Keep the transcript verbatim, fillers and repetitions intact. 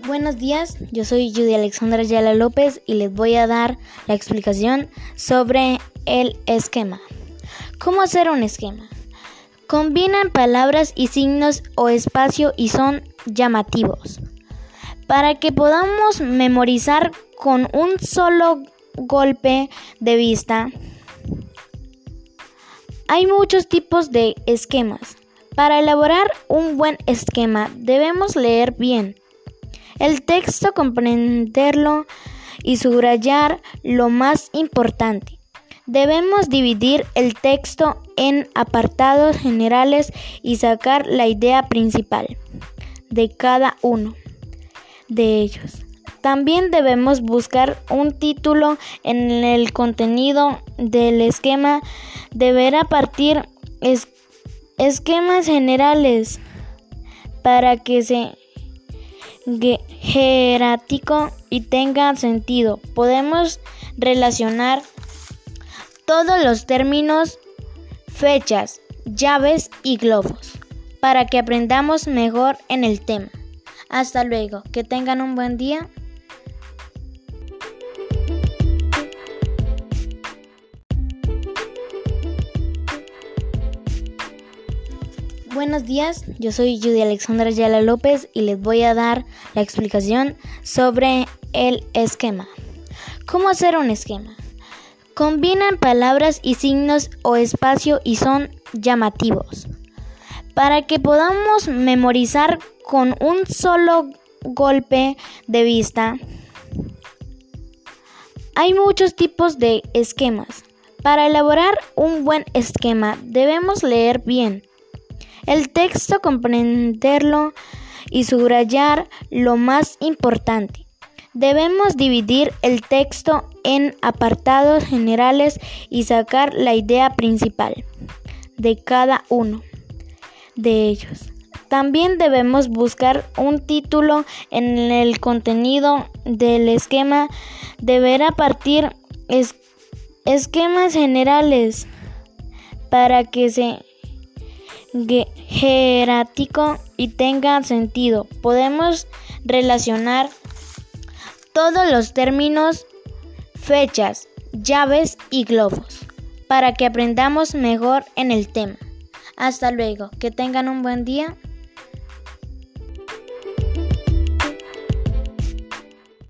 Buenos días, yo soy Judy Alexandra Ayala López y les voy a dar la explicación sobre el esquema. ¿Cómo hacer un esquema? Combinan palabras y signos o espacio y son llamativos. Para que podamos memorizar con un solo golpe de vista, hay muchos tipos de esquemas. Para elaborar un buen esquema debemos leer bien el texto, comprenderlo y subrayar lo más importante. Debemos dividir el texto en apartados generales y sacar la idea principal de cada uno de ellos. También debemos buscar un título en el contenido del esquema. Deberá partir es- esquemas generales para que sea jerárquico y tenga sentido. Podemos relacionar todos los términos, fechas, llaves y globos para que aprendamos mejor en el tema. Hasta luego, que tengan un buen día. Buenos días, yo soy Judy Alexandra Ayala López y les voy a dar la explicación sobre el esquema. ¿Cómo hacer un esquema? Combinan palabras y signos o espacio y son llamativos. Para que podamos memorizar con un solo golpe de vista, hay muchos tipos de esquemas. Para elaborar un buen esquema debemos leer bien el texto, comprenderlo y subrayar lo más importante. Debemos dividir el texto en apartados generales y sacar la idea principal de cada uno de ellos. También debemos buscar un título en el contenido del esquema. Deberá partir es- esquemas generales para que sea jerárquico y tenga sentido. Podemos relacionar todos los términos, fechas, llaves y globos para que aprendamos mejor en el tema. Hasta luego, que tengan un buen día.